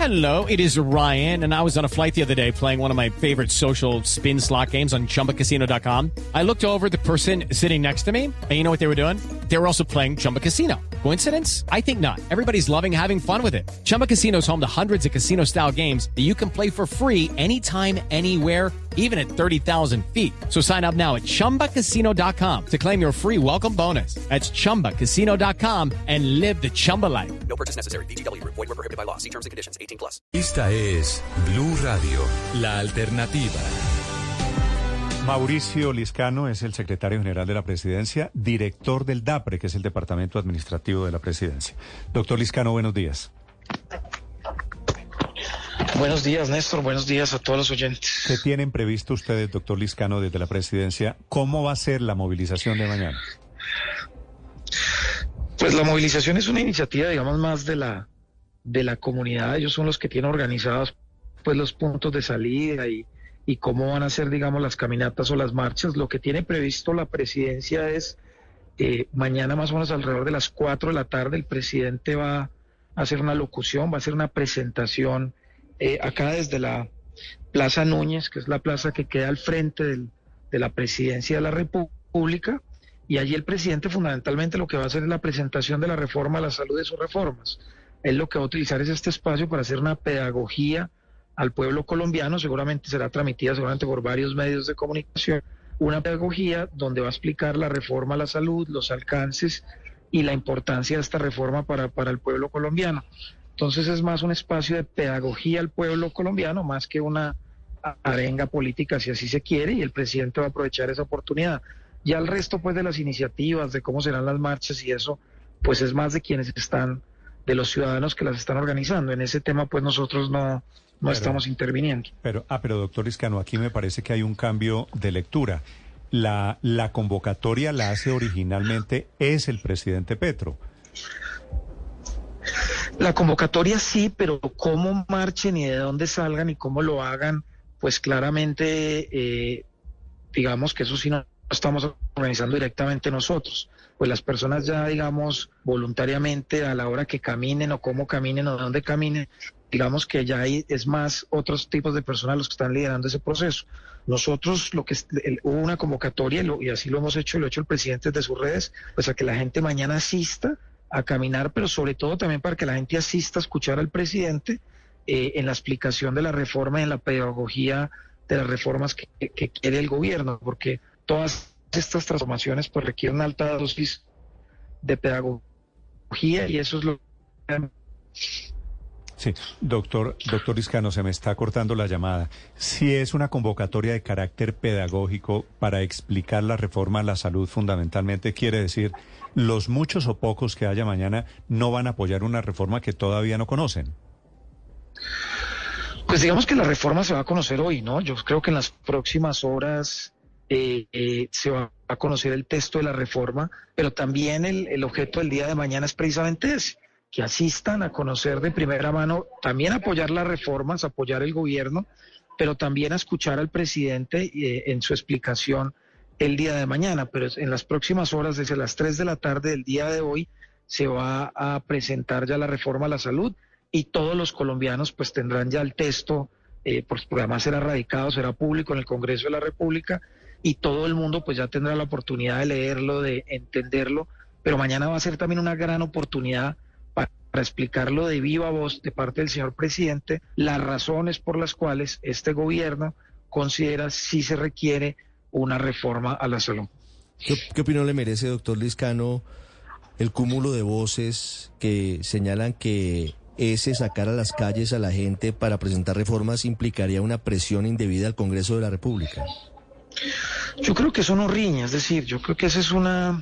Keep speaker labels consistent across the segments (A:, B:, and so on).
A: Hello, it is Ryan, and I was on a flight the other day playing one of my favorite social spin slot games on ChumbaCasino.com. I looked over at the person sitting next to me, and you know what they were doing? They were also playing Chumba Casino. Coincidence? I think not. Everybody's loving having fun with it. Chumba Casino is home to hundreds of casino-style games that you can play for free anytime, anywhere, even at 30,000 feet. So sign up now at ChumbaCasino.com to claim your free welcome bonus. That's ChumbaCasino.com and live the Chumba life.
B: No purchase necessary. VGW. Void were prohibited by law. See terms and conditions. 18+.
C: Esta es Blue Radio, la alternativa.
D: Mauricio Liscano es el secretario general de la Presidencia, director del DAPRE, que es el Departamento Administrativo de la Presidencia. Doctor Liscano, buenos días.
E: Buenos días, Néstor. Buenos días a todos los oyentes.
D: ¿Qué tienen previsto ustedes, doctor Liscano, desde la Presidencia? ¿Cómo va a ser la movilización de mañana?
E: Pues la movilización es una iniciativa, digamos, más de la comunidad. Ellos son los que tienen organizados pues los puntos de salida y cómo van a ser, digamos, las caminatas o las marchas. Lo que tiene previsto la Presidencia es mañana más o menos alrededor de las 4 de la tarde el presidente va a hacer una locución, va a hacer una presentación acá desde la Plaza Núñez, que es la plaza que queda al frente de la Presidencia de la República, y allí el presidente fundamentalmente lo que va a hacer es la presentación de la reforma a la salud de sus reformas. Él lo que va a utilizar es este espacio para hacer una pedagogía al pueblo colombiano, seguramente será transmitida por varios medios de comunicación, una pedagogía donde va a explicar la reforma a la salud, los alcances y la importancia de esta reforma para el pueblo colombiano. Entonces es más un espacio de pedagogía al pueblo colombiano, más que una arenga política, si así se quiere, y el presidente va a aprovechar esa oportunidad. Ya el resto pues de las iniciativas, de cómo serán las marchas y eso, pues es más de quienes están, de los ciudadanos que las están organizando. En ese tema pues nosotros no estamos interviniendo.
D: Pero doctor Liscano, aquí me parece que hay un cambio de lectura. La convocatoria la hace originalmente es el presidente Petro.
E: La convocatoria sí, pero cómo marchen y de dónde salgan y cómo lo hagan, pues claramente digamos que eso sí no estamos organizando directamente nosotros. Pues las personas ya, digamos, voluntariamente a la hora que caminen o cómo caminen o de dónde caminen, digamos que ya es más otros tipos de personas los que están liderando ese proceso. Nosotros hubo una convocatoria y así lo hemos hecho, lo ha hecho el presidente desde sus redes, pues a que la gente mañana asista a caminar, pero sobre todo también para que la gente asista a escuchar al presidente en la explicación de la reforma y en la pedagogía de las reformas que quiere el gobierno, porque todas estas transformaciones pues requieren alta dosis de pedagogía y eso es lo que...
D: Sí, doctor Liscano, se me está cortando la llamada. Si es una convocatoria de carácter pedagógico para explicar la reforma a la salud fundamentalmente, quiere decir, los muchos o pocos que haya mañana no van a apoyar una reforma que todavía no conocen.
E: Pues digamos que la reforma se va a conocer hoy, ¿no? Yo creo que en las próximas horas se va a conocer el texto de la reforma, pero también el objeto del día de mañana es precisamente ese, que asistan a conocer de primera mano, también apoyar las reformas, apoyar el gobierno, pero también a escuchar al presidente en su explicación el día de mañana. Pero en las próximas horas, desde las 3 de la tarde del día de hoy, se va a presentar ya la reforma a la salud y todos los colombianos pues tendrán ya el texto, porque además será radicado, será público en el Congreso de la República y todo el mundo pues ya tendrá la oportunidad de leerlo, de entenderlo, pero mañana va a ser también una gran oportunidad para explicarlo de viva voz de parte del señor presidente, las razones por las cuales este gobierno considera si se requiere una reforma a la salud.
F: ¿Qué opinión le merece, doctor Liscano, el cúmulo de voces que señalan que ese sacar a las calles a la gente para presentar reformas implicaría una presión indebida al Congreso de la República?
E: Yo creo que eso no riña, es decir, yo creo que esa es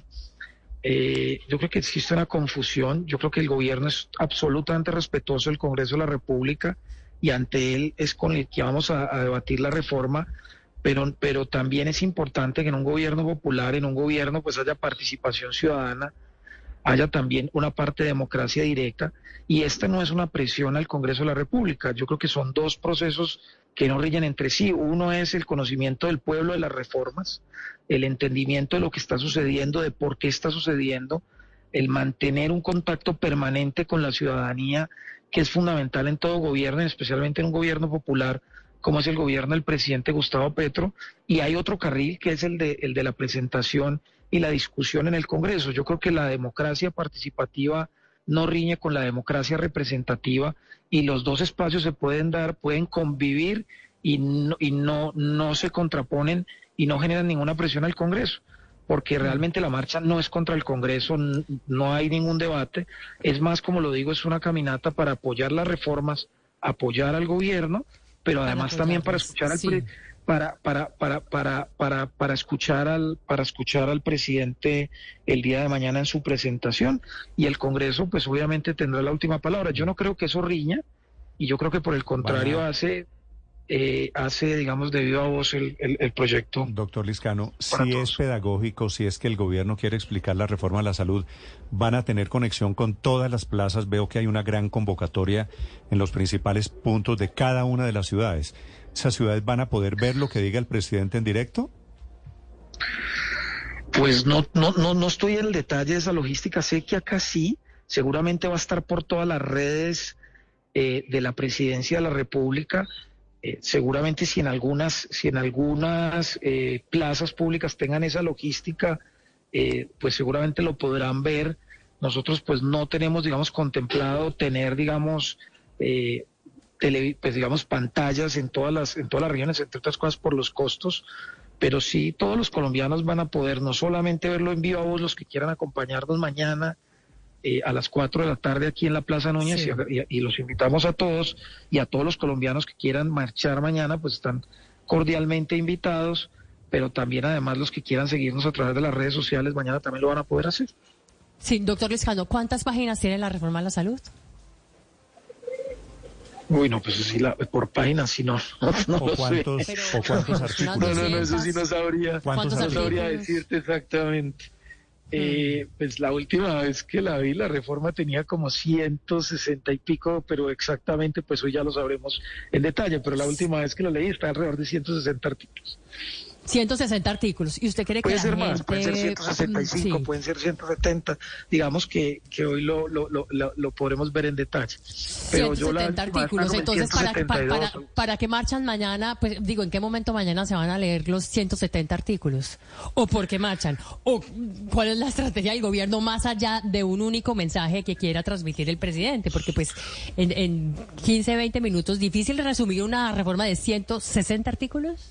E: yo creo que existe una confusión. Yo creo que el gobierno es absolutamente respetuoso del Congreso de la República y ante él es con el que vamos a debatir la reforma, pero también es importante que en un gobierno popular, en un gobierno pues haya participación ciudadana, haya también una parte de democracia directa, y esta no es una presión al Congreso de la República. Yo creo que son dos procesos que no riñen entre sí. Uno es el conocimiento del pueblo de las reformas, el entendimiento de lo que está sucediendo, de por qué está sucediendo, el mantener un contacto permanente con la ciudadanía que es fundamental en todo gobierno, especialmente en un gobierno popular como es el gobierno del presidente Gustavo Petro, y hay otro carril que es el de la presentación y la discusión en el Congreso. Yo creo que la democracia participativa no riñe con la democracia representativa, y los dos espacios se pueden dar, pueden convivir y no se contraponen y no generan ninguna presión al Congreso, porque realmente la marcha no es contra el Congreso, no hay ningún debate, es más, como lo digo, es una caminata para apoyar las reformas, apoyar al gobierno, pero además también para escuchar al para escuchar al presidente el día de mañana en su presentación, y el Congreso pues obviamente tendrá la última palabra. Yo no creo que eso riña, y yo creo que por el contrario hace digamos de viva voz el proyecto.
D: Doctor Lizcano, si es pedagógico, si es que el gobierno quiere explicar la reforma a la salud, ¿van a tener conexión con todas las plazas? Veo que hay una gran convocatoria en los principales puntos de cada una de las ciudades. ¿Esas ciudades van a poder ver lo que diga el presidente en directo?
E: Pues no estoy en el detalle de esa logística. Sé que acá sí, seguramente va a estar por todas las redes de la Presidencia de la República. Seguramente si en algunas plazas públicas tengan esa logística, pues seguramente lo podrán ver. Nosotros pues no tenemos, digamos, contemplado tener, digamos, pantallas en todas las regiones, entre otras cosas por los costos, pero sí todos los colombianos van a poder no solamente verlo en viva voz, los que quieran acompañarnos mañana a las 4 de la tarde aquí en la Plaza Núñez, sí. y los invitamos a todos, y a todos los colombianos que quieran marchar mañana, pues están cordialmente invitados, pero también además los que quieran seguirnos a través de las redes sociales, mañana también lo van a poder hacer.
G: Sí, doctor Lizcano, ¿cuántas páginas tiene la reforma a la salud?
E: Uy, no, pues sí, por páginas, sí, no
D: cuántos artículos?
E: No, eso sí no sabría.
G: ¿Cuántos
E: no sabría decirte exactamente. Pues la última vez que la vi, la reforma tenía como 160 y pico, pero exactamente, pues hoy ya lo sabremos en detalle, pero la última vez que lo leí está alrededor de 160 artículos.
G: 160 artículos. ¿Y usted cree
E: puede
G: que
E: ser
G: la
E: más,
G: gente...
E: pueden ser 165,
G: sí.
E: Pueden ser 170, digamos que hoy lo podremos ver en detalle. Pero
G: 170 artículos, entonces ¿para qué marchan mañana? Pues digo, ¿en qué momento mañana se van a leer los 170 artículos? ¿O por qué marchan? ¿O cuál es la estrategia del gobierno más allá de un único mensaje que quiera transmitir el presidente? Porque pues en 15, 20 minutos, ¿difícil resumir una reforma de 160 artículos?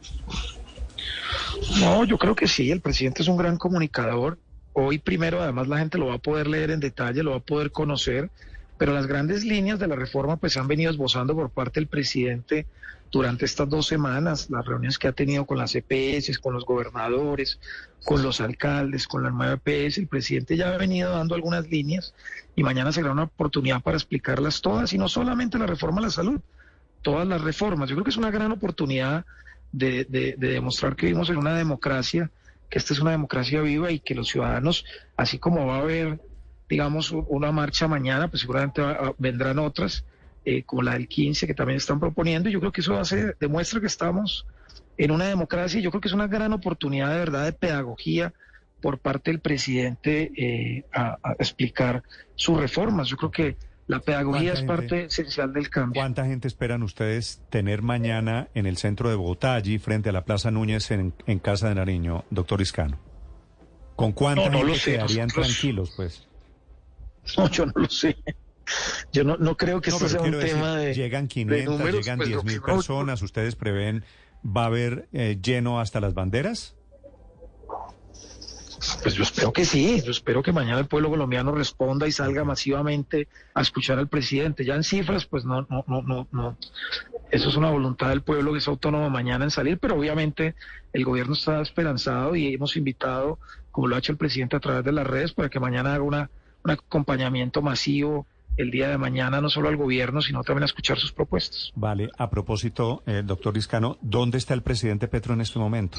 E: No, yo creo que sí, el presidente es un gran comunicador. Hoy primero, además, la gente lo va a poder leer en detalle, lo va a poder conocer, pero las grandes líneas de la reforma pues han venido esbozando por parte del presidente durante estas 2 semanas, las reuniones que ha tenido con las EPS, con los gobernadores, con los alcaldes, con la nueva EPS. El presidente ya ha venido dando algunas líneas y mañana será una oportunidad para explicarlas todas, y no solamente la reforma a la salud, todas las reformas. Yo creo que es una gran oportunidad de demostrar que vivimos en una democracia, que esta es una democracia viva, y que los ciudadanos, así como va a haber, digamos, una marcha mañana, pues seguramente vendrán otras, como la del 15 que también están proponiendo, y yo creo que eso demuestra que estamos en una democracia, y yo creo que es una gran oportunidad de verdad de pedagogía por parte del presidente a explicar sus reformas. Yo creo que la pedagogía es parte esencial del cambio.
D: ¿Cuánta gente esperan ustedes tener mañana en el centro de Bogotá, allí frente a la Plaza Núñez, en Casa de Nariño, doctor Lizcano? ¿Con cuánta gente quedarían tranquilos, pues?
E: No, yo no lo sé. Yo no creo que esto sea un tema de...
D: Llegan 500,
E: números,
D: llegan
E: pues,
D: 10.000 personas. ¿Ustedes prevén, va a haber lleno hasta las banderas?
E: Pues yo espero que sí, yo espero que mañana el pueblo colombiano responda y salga masivamente a escuchar al presidente. Ya en cifras, pues no. Eso es una voluntad del pueblo que es autónomo mañana en salir, pero obviamente el gobierno está esperanzado y hemos invitado, como lo ha hecho el presidente a través de las redes, para que mañana haga un acompañamiento masivo el día de mañana, no solo al gobierno, sino también a escuchar sus propuestas.
D: Vale, a propósito, doctor Lizcano, ¿dónde está el presidente Petro en este momento?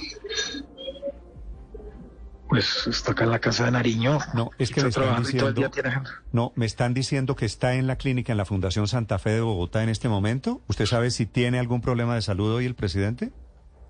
E: Pues está acá en la Casa de Nariño.
D: No, es que me están diciendo, me están diciendo que está en la clínica en la Fundación Santa Fe de Bogotá en este momento. ¿Usted sabe si tiene algún problema de salud hoy el presidente?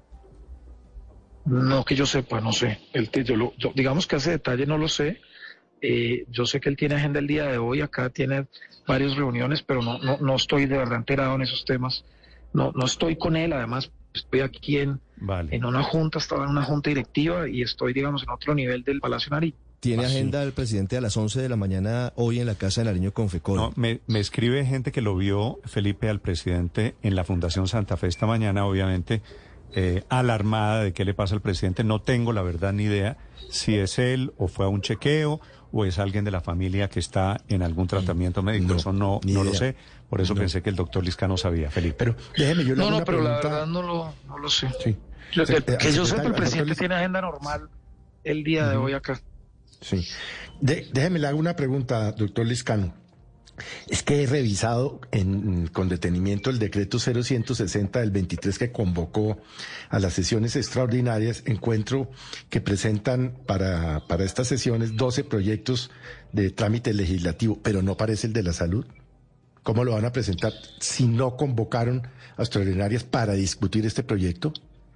E: No, que yo sepa, no sé. Digamos que ese detalle no lo sé, Yo sé que él tiene agenda el día de hoy, acá tiene varias reuniones, pero no estoy de verdad enterado en esos temas. No estoy con él, además estoy aquí en una junta, estaba en una junta directiva y estoy, digamos, en otro nivel del Palacio Nariño.
F: ¿Tiene agenda el presidente a las 11 de la mañana hoy en la Casa de Nariño con FECODE?
D: No, me escribe gente que lo vio, Felipe, al presidente en la Fundación Santa Fe esta mañana, obviamente alarmada de qué le pasa al presidente. No tengo la verdad ni idea si es él o fue a un chequeo o es alguien de la familia que está en algún tratamiento médico. Eso no lo sé. Por eso pensé que el doctor Liscano sabía, Felipe.
H: Pero déjeme, yo le hago una
E: pero
H: pregunta.
E: La verdad no lo sé.
H: Sí.
E: Que yo sepa, el presidente tiene agenda normal el día de hoy acá.
H: Sí. Déjeme le hago una pregunta, doctor Liscano. Es que he revisado con detenimiento el decreto 0160 del 23 que convocó a las sesiones extraordinarias. Encuentro que presentan para estas sesiones 12 proyectos de trámite legislativo, pero no aparece el de la salud. ¿Cómo lo van a presentar si no convocaron a extraordinarias para discutir este proyecto?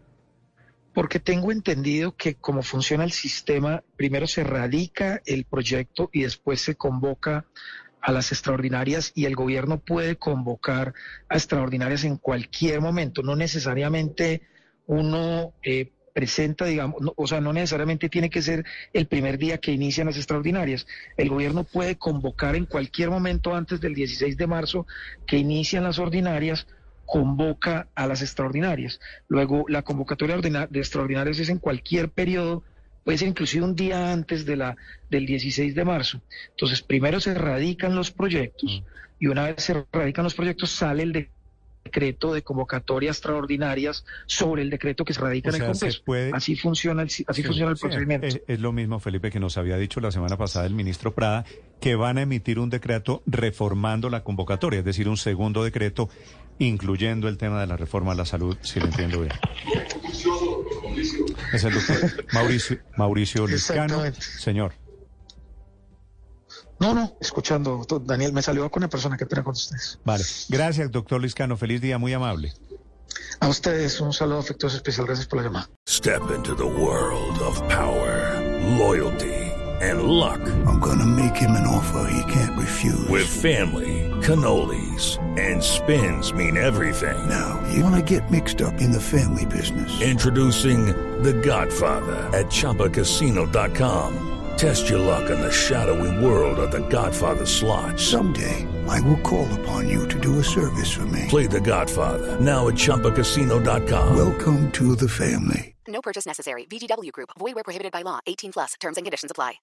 E: Porque tengo entendido que como funciona el sistema, primero se radica el proyecto y después se convoca a las extraordinarias, y el gobierno puede convocar a extraordinarias en cualquier momento. No necesariamente uno presenta, digamos, no necesariamente tiene que ser el primer día que inician las extraordinarias. El gobierno puede convocar en cualquier momento antes del 16 de marzo que inician las ordinarias, convoca a las extraordinarias. Luego, la convocatoria de extraordinarias es en cualquier periodo, puede ser inclusive un día antes del 16 de marzo. Entonces, primero se radican los proyectos y una vez se radican los proyectos sale el decreto de convocatoria extraordinarias sobre el decreto que se radica en el Congreso. Así funciona el procedimiento.
D: Es lo mismo, Felipe, que nos había dicho la semana pasada el ministro Prada, que van a emitir un decreto reformando la convocatoria, es decir, un segundo decreto incluyendo el tema de la reforma a la salud, si lo entiendo bien. Es el doctor Mauricio Liscano. Señor.
E: No, escuchando, Daniel, me salió con la persona que tenía con ustedes.
D: Vale, gracias, doctor Liscano, feliz día, muy amable.
E: A ustedes un saludo afectuoso especial, gracias por la llamada.
I: Step into the world of power, loyalty, and luck.
J: I'm gonna make him an offer he can't refuse.
I: With family, cannolis, and spins mean everything.
J: Now, you wanna get mixed up in the family business.
I: Introducing The Godfather at ChumbaCasino.com. Test your luck in the shadowy world of The Godfather slot.
J: Someday, I will call upon you to do a service for me.
I: Play The Godfather, now at ChumbaCasino.com.
J: Welcome to the family.
K: No purchase necessary. VGW Group. Void where prohibited by law. 18+. Terms and conditions apply.